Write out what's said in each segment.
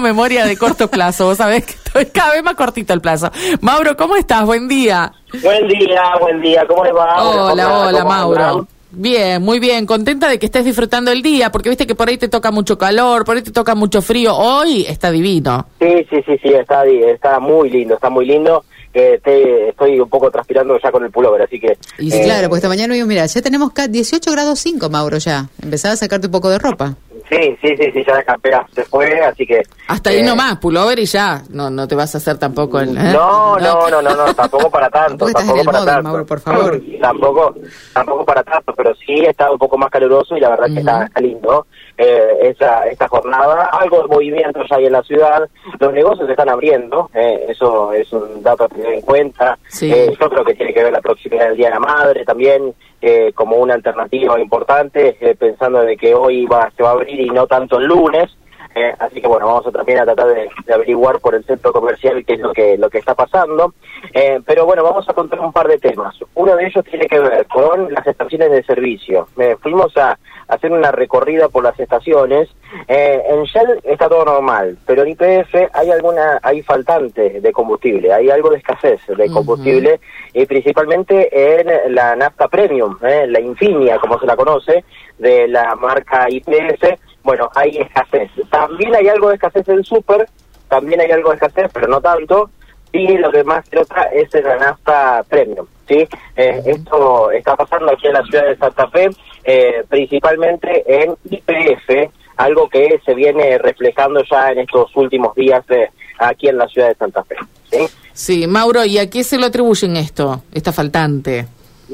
memoria de corto plazo, vos sabés que estoy cada vez más cortito el plazo. Mauro, ¿cómo estás? Buen día. Buen día, ¿cómo les va? Hola, Mauro. Andan? Bien, muy bien, contenta de que estés disfrutando el día, porque viste que por ahí te toca mucho calor, por ahí te toca mucho frío, hoy está divino. Sí, está muy lindo. Estoy un poco transpirando ya con el pullover, así que... Y sí, claro, pues esta mañana digo, mira, ya tenemos 18 grados 5, Mauro, ya. Empezaba a sacarte un poco de ropa. Sí, ya la campera se fue, así que... Hasta ahí nomás, pullover y ya, no te vas a hacer tampoco el... No, tampoco para tanto. Tampoco para tanto, Mauro, por favor. Tampoco para tanto, pero sí está un poco más caluroso y la verdad que está lindo esta jornada. Algo de movimiento ya hay en la ciudad, los negocios se están abriendo, eso es un dato a tener en cuenta. Sí. Yo creo que tiene que ver la proximidad del Día de la Madre también, como una alternativa importante, pensando de que hoy se va a abrir y no tanto el lunes. Así que bueno, vamos también a tratar de averiguar por el centro comercial qué es lo que está pasando. Pero bueno, vamos a contar un par de temas. Uno de ellos tiene que ver con las estaciones de servicio. Fuimos a hacer una por las estaciones. En Shell está todo normal, pero en YPF hay faltante de combustible, hay algo de escasez de combustible, y principalmente en la nafta premium, la Infinia, como se la conoce, de la marca YPF. Bueno, hay escasez. También hay algo de escasez en súper, pero no tanto. Y lo que más se nota es en la nafta premium, ¿sí? Esto está pasando aquí en la ciudad de Santa Fe, principalmente en YPF, algo que se viene reflejando ya en estos últimos días aquí en la ciudad de Santa Fe, ¿sí? Sí, Mauro, ¿y a qué se lo atribuyen esta faltante?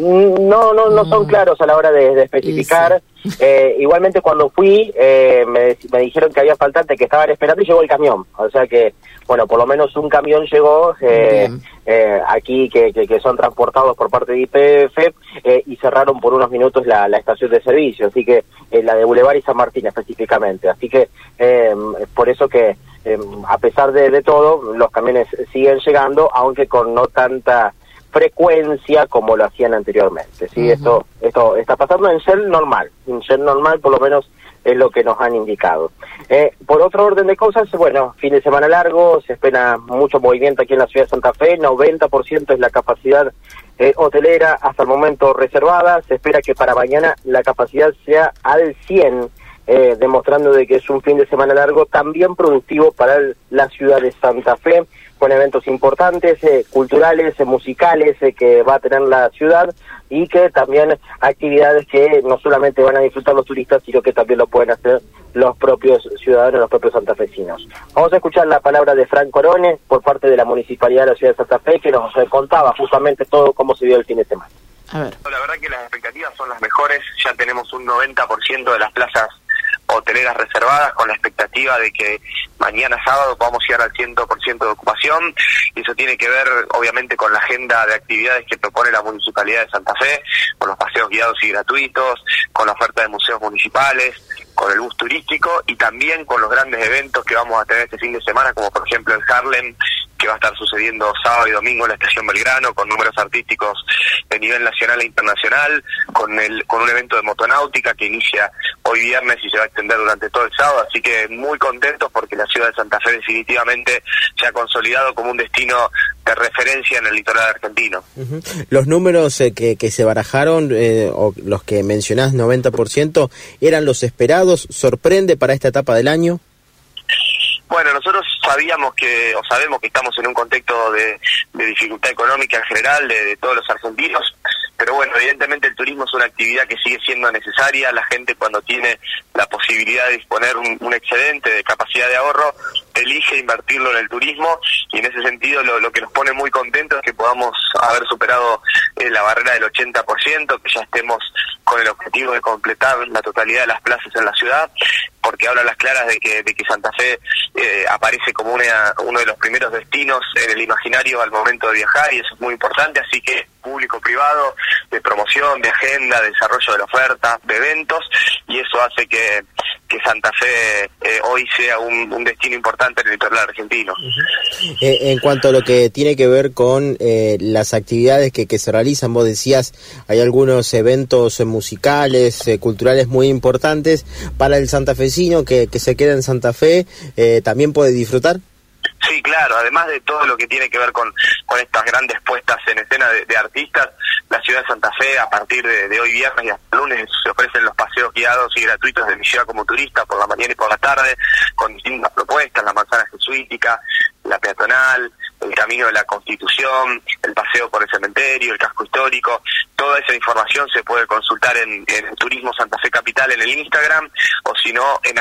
No son claros a la hora de especificar. Sí. Igualmente cuando fui me dijeron que había faltante, que estaban esperando, y llegó el camión, o sea que bueno, por lo menos un camión llegó aquí que son transportados por parte de YPF, y cerraron por unos minutos la estación de servicio, así que la de Boulevard y San Martín específicamente, así que por eso que a pesar de todo los camiones siguen llegando, aunque con no tanta frecuencia como lo hacían anteriormente, ¿sí? Esto está pasando en Shell normal, por lo menos es lo que nos han indicado. Por otro orden de cosas, bueno, fin de semana largo, se espera mucho movimiento aquí en la ciudad de Santa Fe, 90% es la capacidad hotelera hasta el momento reservada, se espera que para mañana la capacidad sea al 100%, demostrando de que es un fin de semana largo también productivo para la ciudad de Santa Fe, con eventos importantes, culturales, musicales, que va a tener la ciudad, y que también actividades que no solamente van a disfrutar los turistas, sino que también lo pueden hacer los propios ciudadanos, los propios santafesinos. Vamos a escuchar la palabra de Frank Corone, por parte de la Municipalidad de la Ciudad de Santa Fe, que nos contaba justamente todo cómo se vio el fin de semana. A ver. La verdad que las expectativas son las mejores, ya tenemos un 90% de las plazas hoteleras reservadas, con la expectativa de que mañana sábado podamos llegar al 100% de ocupación, y eso tiene que ver obviamente con la agenda de actividades que propone la Municipalidad de Santa Fe, con los paseos guiados y gratuitos, con la oferta de museos municipales, con el bus turístico, y también con los grandes eventos que vamos a tener este fin de semana, como por ejemplo el Harlem, que va a estar sucediendo sábado y domingo en la Estación Belgrano, con números artísticos de nivel nacional e internacional, con un evento de motonáutica que inicia hoy viernes y se va a extender durante todo el sábado, así que muy contentos porque la ciudad de Santa Fe definitivamente se ha consolidado como un destino de referencia en el litoral argentino. Los números que se barajaron, o los que mencionás, 90%, ¿eran los esperados? ¿Sorprende para esta etapa del año? Bueno, nosotros sabemos que estamos en un contexto de dificultad económica en general de todos los argentinos, pero bueno, evidentemente el turismo es una actividad que sigue siendo necesaria. La gente, cuando tiene la posibilidad de disponer un excedente de capacidad de ahorro, elige invertirlo en el turismo, y en ese sentido lo que nos pone muy contentos es que podamos haber superado la barrera del 80%, que ya estemos con el objetivo de completar la totalidad de las plazas en la ciudad, porque habla a las claras de que Santa Fe aparece como uno de los primeros destinos en el imaginario al momento de viajar, y eso es muy importante, así que público-privado, de promoción, de agenda, de desarrollo de la oferta, de eventos, y eso hace que Santa Fe hoy sea un destino importante en el litoral argentino. En cuanto a lo que tiene que ver con las actividades que se realizan, vos decías, hay algunos eventos musicales, culturales muy importantes para el santafesino que se queda en Santa Fe, ¿también puede disfrutar? Sí, claro, además de todo lo que tiene que ver con estas grandes puestas en escena de artistas, la ciudad de Santa Fe, a partir de hoy viernes y hasta lunes, se ofrecen los paseos guiados y gratuitos de mi ciudad como turista por la mañana y por la tarde, con distintas propuestas, la manzana jesuítica, la peatonal, el camino de la Constitución, el paseo por el cementerio, el casco histórico. Toda esa información se puede consultar en Turismo Santa Fe Capital en el Instagram, o si no en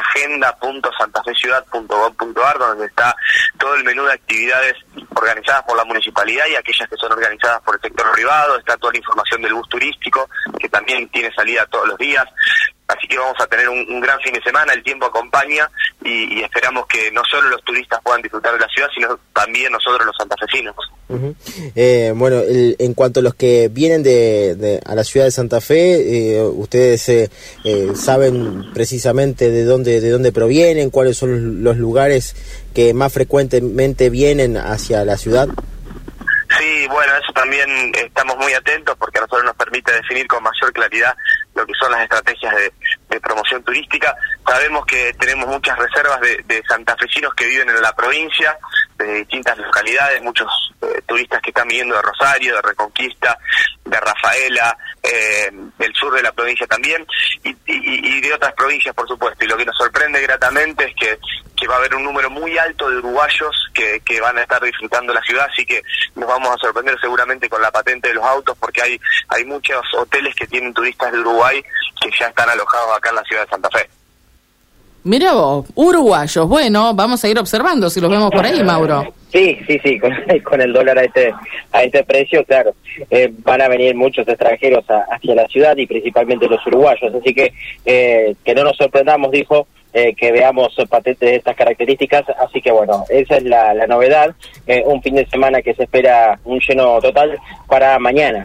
agenda.santafeciudad.gov.ar, donde está todo el menú de actividades organizadas por la municipalidad y aquellas que son organizadas por el sector privado. Está toda la información del bus turístico, que también tiene salida todos los días. Así que vamos a tener un gran fin de semana, el tiempo acompaña y esperamos que no solo los turistas puedan disfrutar de la ciudad, sino también nosotros los santafesinos. Uh-huh. Bueno, en cuanto a los que vienen a la ciudad de Santa Fe, ustedes saben precisamente de dónde provienen, cuáles son los lugares que más frecuentemente vienen hacia la ciudad. Sí, bueno, eso también estamos muy atentos porque a nosotros nos permite definir con mayor claridad lo que son las estrategias de promoción turística. Sabemos que tenemos muchas reservas de santafesinos que viven en la provincia, de distintas localidades, muchos turistas que están viniendo de Rosario, de Reconquista, de Rafaela, del sur de la provincia también, y de otras provincias, por supuesto. Y lo que nos sorprende gratamente es que va a haber un número muy alto de uruguayos que van a estar disfrutando la ciudad, así que nos vamos a sorprender seguramente con la patente de los autos, porque hay muchos hoteles que tienen turistas de Uruguay que ya están alojados acá en la ciudad de Santa Fe. Mira vos, uruguayos. Bueno, vamos a ir observando si los vemos por ahí, Mauro. Sí, con el dólar a este precio, claro, van a venir muchos extranjeros hacia la ciudad y principalmente los uruguayos, así que no nos sorprendamos, dijo, que veamos patentes de estas características, así que bueno, esa es la novedad, un fin de semana que se espera un lleno total para mañana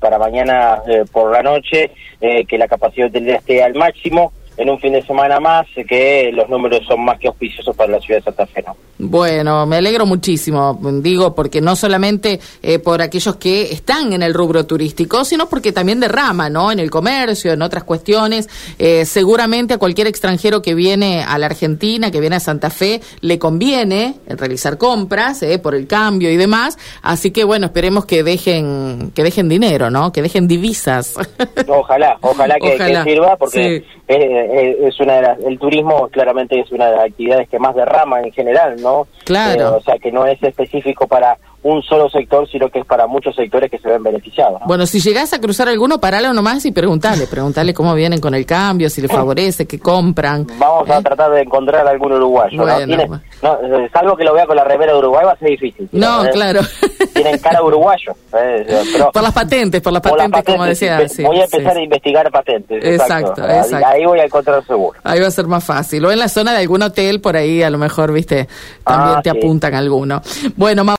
por la noche, que la capacidad del día esté al máximo, en un fin de semana más, que los números son más que auspiciosos para la ciudad de Santa Fe, ¿no? Bueno, me alegro muchísimo, digo, porque no solamente por aquellos que están en el rubro turístico, sino porque también derrama, ¿no?, en el comercio, en otras cuestiones. Seguramente a cualquier extranjero que viene a la Argentina, que viene a Santa Fe, le conviene realizar compras por el cambio y demás, así que bueno, esperemos que dejen dinero, ¿no?, que dejen divisas. Ojalá que sirva, porque sí. Es el turismo claramente es una de las actividades que más derrama en general, ¿no? Claro. O sea, que no es específico para un solo sector, sino que es para muchos sectores que se ven beneficiados, ¿no? Bueno, si llegás a cruzar alguno, paralo nomás y preguntale cómo vienen con el cambio, si les favorece, qué compran. Vamos a tratar de encontrar algún uruguayo, bueno, ¿no? Salvo que lo vea con la remera de Uruguay, va a ser difícil. No, claro. Tienen cara uruguayo. Pero por las patentes, como decía. Voy a empezar a investigar patentes. Exacto. Ahí voy a encontrar seguro. Ahí va a ser más fácil. O en la zona de algún hotel, por ahí a lo mejor, viste, también te apuntan alguno. Bueno,